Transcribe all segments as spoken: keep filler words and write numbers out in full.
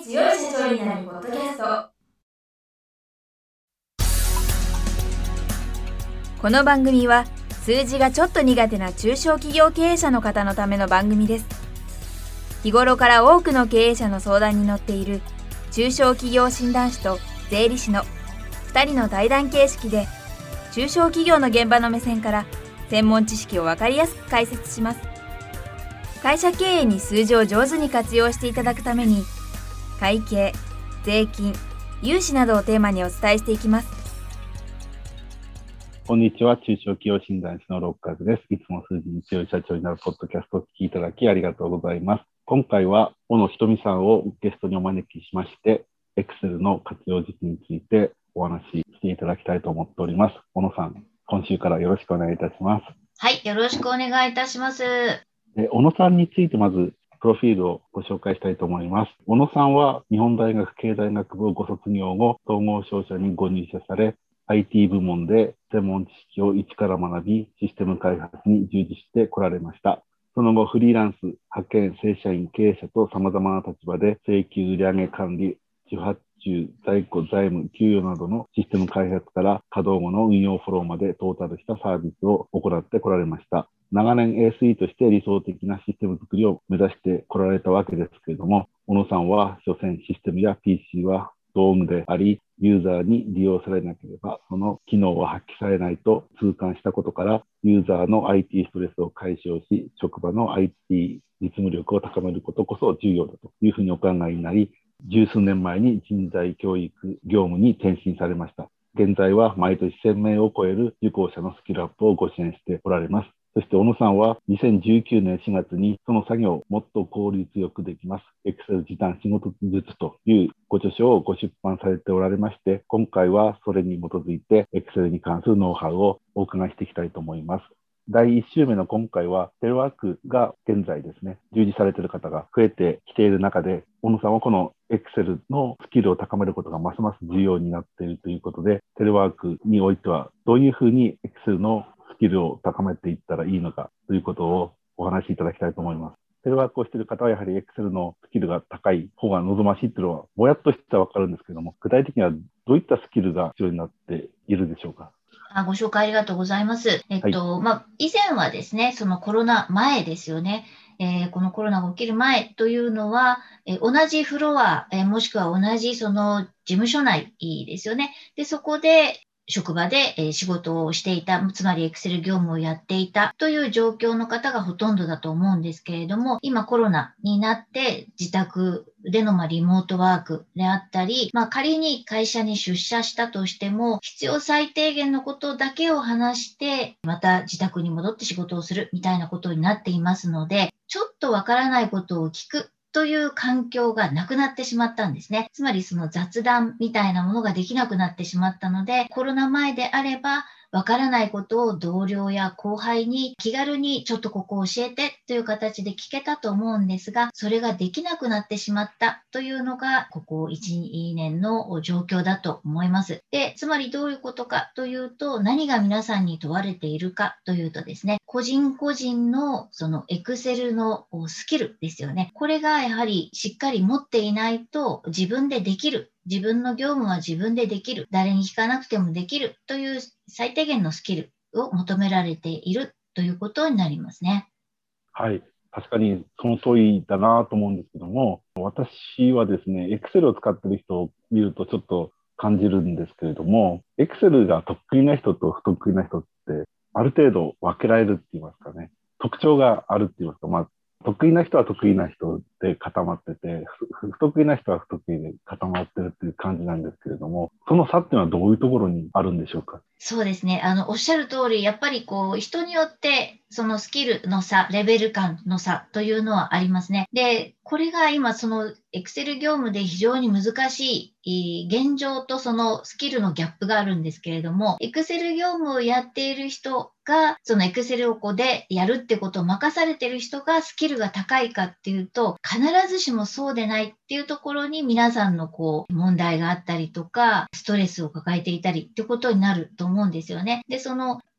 強い社長になるポッドキャスト。この番組は数字がちょっと苦手な中小企業経営者の方のための番組です。日頃から多くの経営者の相談に乗っている中小企業診断士と税理士のふたりの対談形式で、中小企業の現場の目線から専門知識を分かりやすく解説します。会社経営に数字を上手に活用していただくために、会計、税金、融資などをテーマにお伝えしていきます。 こんにちは。中小企業診断士の六角です。いつも数字に強い社長になるポッドキャストをお聞きいただきありがとうございます。今回は小野ひとみさんをゲストにお招きしまして、Excel の活用時期についてお話ししていただきたいと思っております。小野さん、今週からよろしくお願いいたします。 はい、よろしくお願いいたします。 で小野さんについてまずプロフィールをご紹介したいと思います。小野さんは日本大学経済学部をご卒業後、統合商社にご入社され、アイティー 部門で専門知識を一から学び、システム開発に従事してこられました。その後、フリーランス、派遣、正社員、経営者と様々な立場で請求、売上管理、受発注、在庫、財務、給与などのシステム開発から稼働後の運用フォローまでトータルしたサービスを行ってこられました。長年 エーエスイー として理想的なシステム作りを目指してこられたわけですけれども、小野さんは、所詮システムや ピーシー は道具であり、ユーザーに利用されなければ、その機能は発揮されないと痛感したことから、ユーザーの アイティー ストレスを解消し、職場の アイティー 実務力を高めることこそ重要だというふうにお考えになり、十数年前に人材教育業務に転身されました。現在は毎年せんめいを超える受講者のスキルアップをご支援しておられます。そして小野さんはにせんじゅうきゅうねんしがつにその作業をもっと効率よくできます。Excel 時短仕事術というご著書をご出版されておられまして、今回はそれに基づいて Excel に関するノウハウをお伺いしていきたいと思います。だいいち週目の今回はテレワークが現在ですね、従事されている方が増えてきている中で、小野さんはこの Excel のスキルを高めることがますます重要になっているということで、テレワークにおいてはどういうふうに Excel のスキルを高めていったらいいのかということをお話しいただきたいと思います。テレワークをしている方はやはり Excel のスキルが高い方が望ましいというのはぼやっとしてはわかるんですけれども、具体的にはどういったスキルが必要になっているでしょうか。 あご紹介ありがとうございます。えっと、はい、まあ、以前はですね、そのコロナ前ですよね。えー、このコロナが起きる前というのは、えー、同じフロア、えー、もしくは同じその事務所内ですよね。で、そこで職場で仕事をしていた、つまり Excel 業務をやっていたという状況の方がほとんどだと思うんですけれども、今コロナになって自宅でのまリモートワークであったり、まあ、仮に会社に出社したとしても、必要最低限のことだけを話して、また自宅に戻って仕事をするみたいなことになっていますので、ちょっとわからないことを聞くという環境がなくなってしまったんですね。つまりその雑談みたいなものができなくなってしまったので、コロナ前であれば、わからないことを同僚や後輩に気軽にちょっとここ教えてという形で聞けたと思うんですが、それができなくなってしまったというのが、ここいち、にねんの状況だと思います。で、つまりどういうことかというと、何が皆さんに問われているかというとですね、個人個人のその Excel のスキルですよね。これがやはりしっかり持っていないと自分でできる。自分の業務は自分でできる。誰に聞かなくてもできるという最低限のスキルを求められているということになりますね。 はい。確かにその通りだなと思うんですけども、私はですね、Excel を使っている人を見るとちょっと感じるんですけれども、Excel が得意な人と不得意な人ってある程度分けられるって言いますかね。特徴があるって言いますか、まあ、得意な人は得意な人で固まってて、不得意な人は不得意で固まってるっていう感じなんですけれども、その差っていうのはどういうところにあるんでしょうか。 そうですね。あの、おっしゃる通り、やっぱりこう、人によって、そのスキルの差、レベル感の差というのはありますね。で、これが今、その、Excel 業務で非常に難しい、現状とそのスキルのギャップがあるんですけれども、Excel 業務をやっている人が、その Excel をこうでやるってことを任されている人がスキルが高いかっていうと、必ずしもそうでないっていうところに皆さんのこう、問題があったりとか、ストレスを抱えていたりってことになると思うんですよね。で、その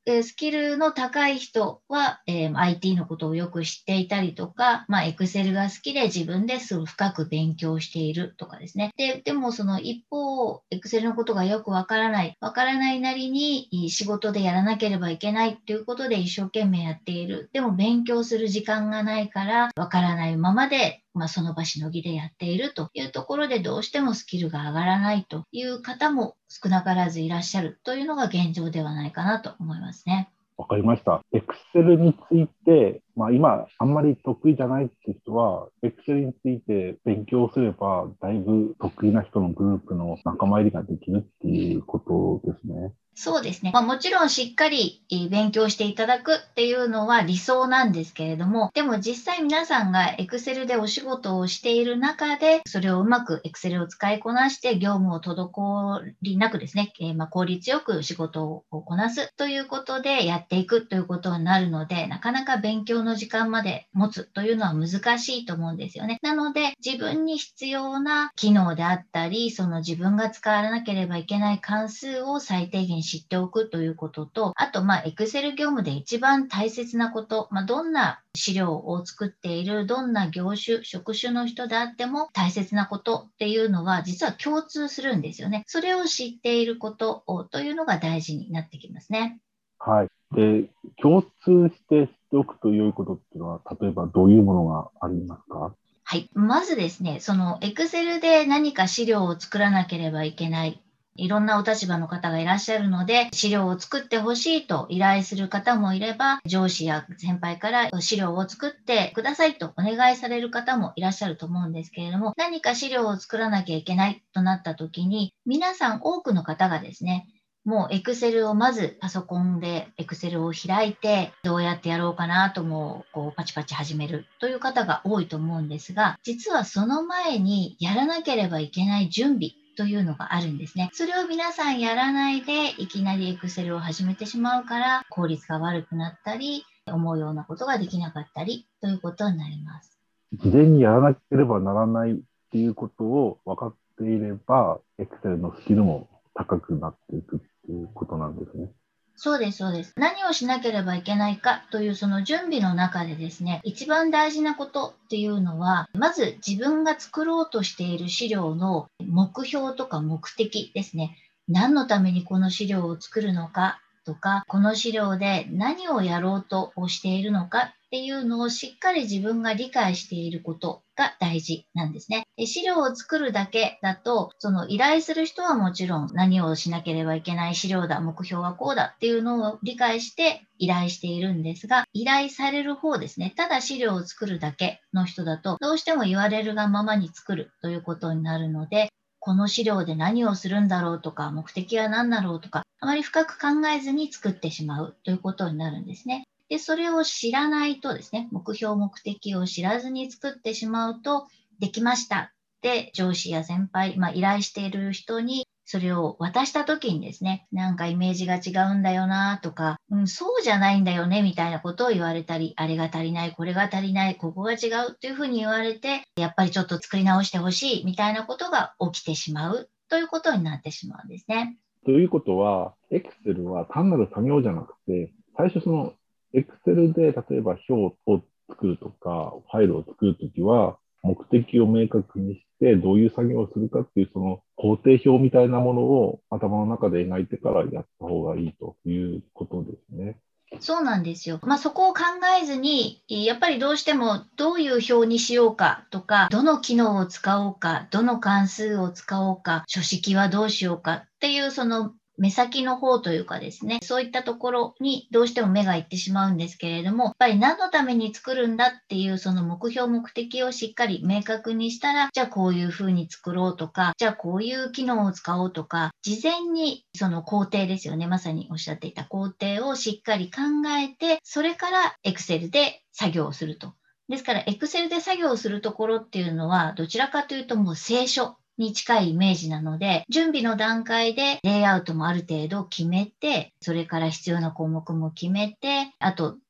えースキルの高い人は、えー アイティー のことをよく知っていたりとか、まあ、Excel が好きで自分ですごい深く勉強しているとかですね。で、でもその一方、Excel のことがよくわからない、わからないなりに仕事でやらなければいけないということで一生懸命やっている。でも勉強する時間がないから、わからないままで、まあ、その場しのぎでやっているというところでどうしてもスキルが上がらないという方も少なからずいらっしゃるというのが現状ではないかなと思いますね。 わかりました。Excel について、まあ今、あんまり得意じゃないっていう人は、Excel について勉強すれば、だいぶ得意な人のグループの仲間入りができるっていうことですね。 そうですね。まあ、もちろんしっかり勉強していただくっていうのは理想なんですけれども、でも実際皆さんが Excel でお仕事をしている中で、それをうまく Excel を使いこなして業務を滞りなくですね、えーまあ効率よく仕事をこなすということでやっていくということになるので、なかなか勉強の時間まで持つというのは難しいと思うんですよね。なので自分に必要な機能であったり、その自分が使わなければいけない関数を最低限知っておくということと、あと、まあ、Excel 業務で一番大切なこと、まあ、どんな資料を作っている、どんな業種、職種の人であっても大切なことっていうのは実は共通するんですよね。それを知っていることをというのが大事になってきますね。 はい。で、共通して知っておくと良いことっていうのは、例えばどういうものがありますか？ はい。まずですね、その Excel で何か資料を作らなければいけない。いろんなお立場の方がいらっしゃるので、資料を作ってほしいと依頼する方もいれば、上司や先輩から資料を作ってくださいとお願いされる方もいらっしゃると思うんですけれども、何か資料を作らなきゃいけないとなった時に、皆さん多くの方がですね、もう Excel をまずパソコンで Excel を開いて、どうやってやろうかなともうこうパチパチ始めるという方が多いと思うんですが、実はその前にやらなければいけない準備というのがあるんですね。それを皆さんやらないでいきなり Excel を始めてしまうから効率が悪くなったり、思うようなことができなかったりということになります。 事前にやらなければならないっていうことを分かっていれば、Excel のスキルも高くなっていくっていうことなんですね。 そうです、そうです。何をしなければいけないかというその準備の中でですね、一番大事なことっていうのは、まず自分が作ろうとしている資料の目標とか目的ですね。何のためにこの資料を作るのかとか、この資料で何をやろうとしているのかっていうのをしっかり自分が理解していることが大事なんですね。で、資料を作るだけだと、その依頼する人はもちろん何をしなければいけない資料だ、目標はこうだっていうのを理解して依頼しているんですが、依頼される方ですね、ただ資料を作るだけの人だと、どうしても言われるがままに作るということになるので、この資料で何をするんだろうとか、目的は何だろうとか、あまり深く考えずに作ってしまうということになるんですね。で、それを知らないとですね、目標、目的を知らずに作ってしまうと、できましたって上司や先輩、まあ、依頼している人にそれを渡した時にですね、なんかイメージが違うんだよなとか、うん、そうじゃないんだよねみたいなことを言われたり、あれが足りない、これが足りない、ここが違うというふうに言われて、やっぱりちょっと作り直してほしいみたいなことが起きてしまうということになってしまうんですね。 ということは、Excel は単なる作業じゃなくて、最初その Excel で例えば表を作るとか、ファイルを作るときは、目的を明確にして、どういう作業をするかっていう、その工程表みたいなものを頭の中で描いてからやった方がいいということですね。 そうなんですよ。まあ、そこを考えずに、やっぱりどうしてもどういう表にしようかとか、どの機能を使おうか、どの関数を使おうか、書式はどうしようかっていうその目先の方というかですね、そういったところにどうしても目がいってしまうんですけれども、やっぱり何のために作るんだっていうその目標目的をしっかり明確にしたら、じゃあこういうふうに作ろうとか、じゃあこういう機能を使おうとか、事前にその工程ですよね、まさにおっしゃっていた工程をしっかり考えて、それから Excel で作業をすると。ですから Excel で作業をするところっていうのは、どちらかというともう清書に近いイメージなので、準備の段階でレイアウトもある程度決めて、それから必要な項目も決めて、あと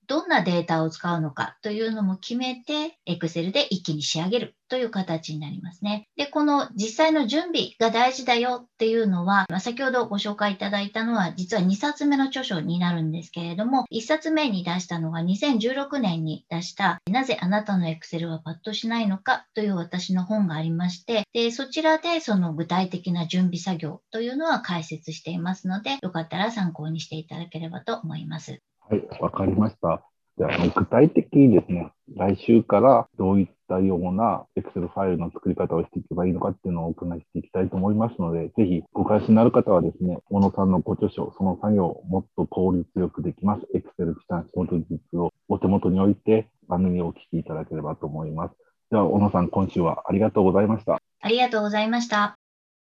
どんなデータを使うのかというのも決めて、Excel で一気に仕上げるという形になりますね。で、この実際の準備が大事だよっていうのは、まあ、先ほどご紹介いただいたのは、実はにさつめの著書になるんですけれども、いっさつめに出したのがにせんじゅうろくねんに出した、なぜあなたの Excel はパッとしないのかという私の本がありまして、で、そちらでその具体的な準備作業というのは解説していますので、よかったら参考にしていただければと思います。 はい、わかりました。じゃあ、具体的にですね、来週からどういったような Excel ファイルの作り方をしていけばいいのかっていうのをお伺いしていきたいと思いますので、ぜひご関心のある方はですね、小野さんのご著書、その作業をもっと効率よくできます。Excel 機関仕事術をお手元に置いて番組をお聞きいただければと思います。では、小野さん、今週はありがとうございました。 ありがとうございました。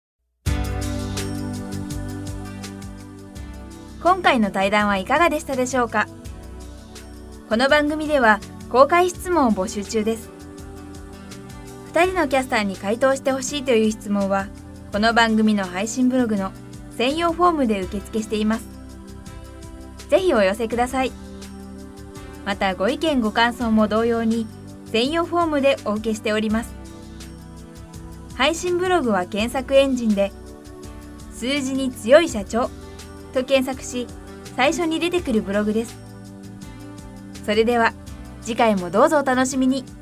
今回の対談はいかがでしたでしょうか。この番組では公開質問を募集中です。ふたりのキャスターに回答してほしいという質問は、この番組の配信ブログの専用フォームで受付しています。ぜひお寄せください。またご意見ご感想も同様に専用フォームでお受けしております。配信ブログは検索エンジンで数字に強い社長と検索し、最初に出てくるブログです。それでは次回もどうぞお楽しみに。